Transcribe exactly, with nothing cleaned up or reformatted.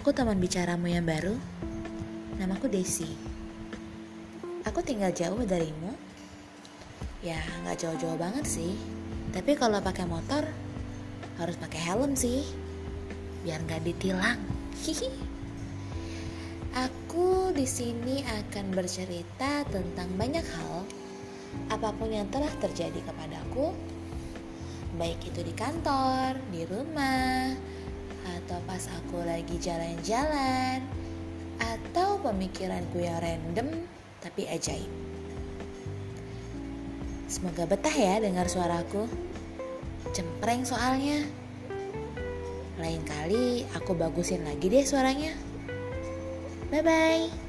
Aku teman bicaramu yang baru. Namaku Desi. Aku tinggal jauh darimu. Ya, nggak jauh-jauh banget sih. Tapi kalau pakai motor harus pakai helm sih, biar nggak ditilang. Hihi. Aku di sini akan bercerita tentang banyak hal, apapun yang telah terjadi kepadaku, baik itu di kantor, di rumah, atau pas aku lagi jalan-jalan, atau pemikiranku yang random tapi ajaib. Semoga betah ya dengar suaraku. Cempreng soalnya. Lain kali aku bagusin lagi deh suaranya. Bye-bye.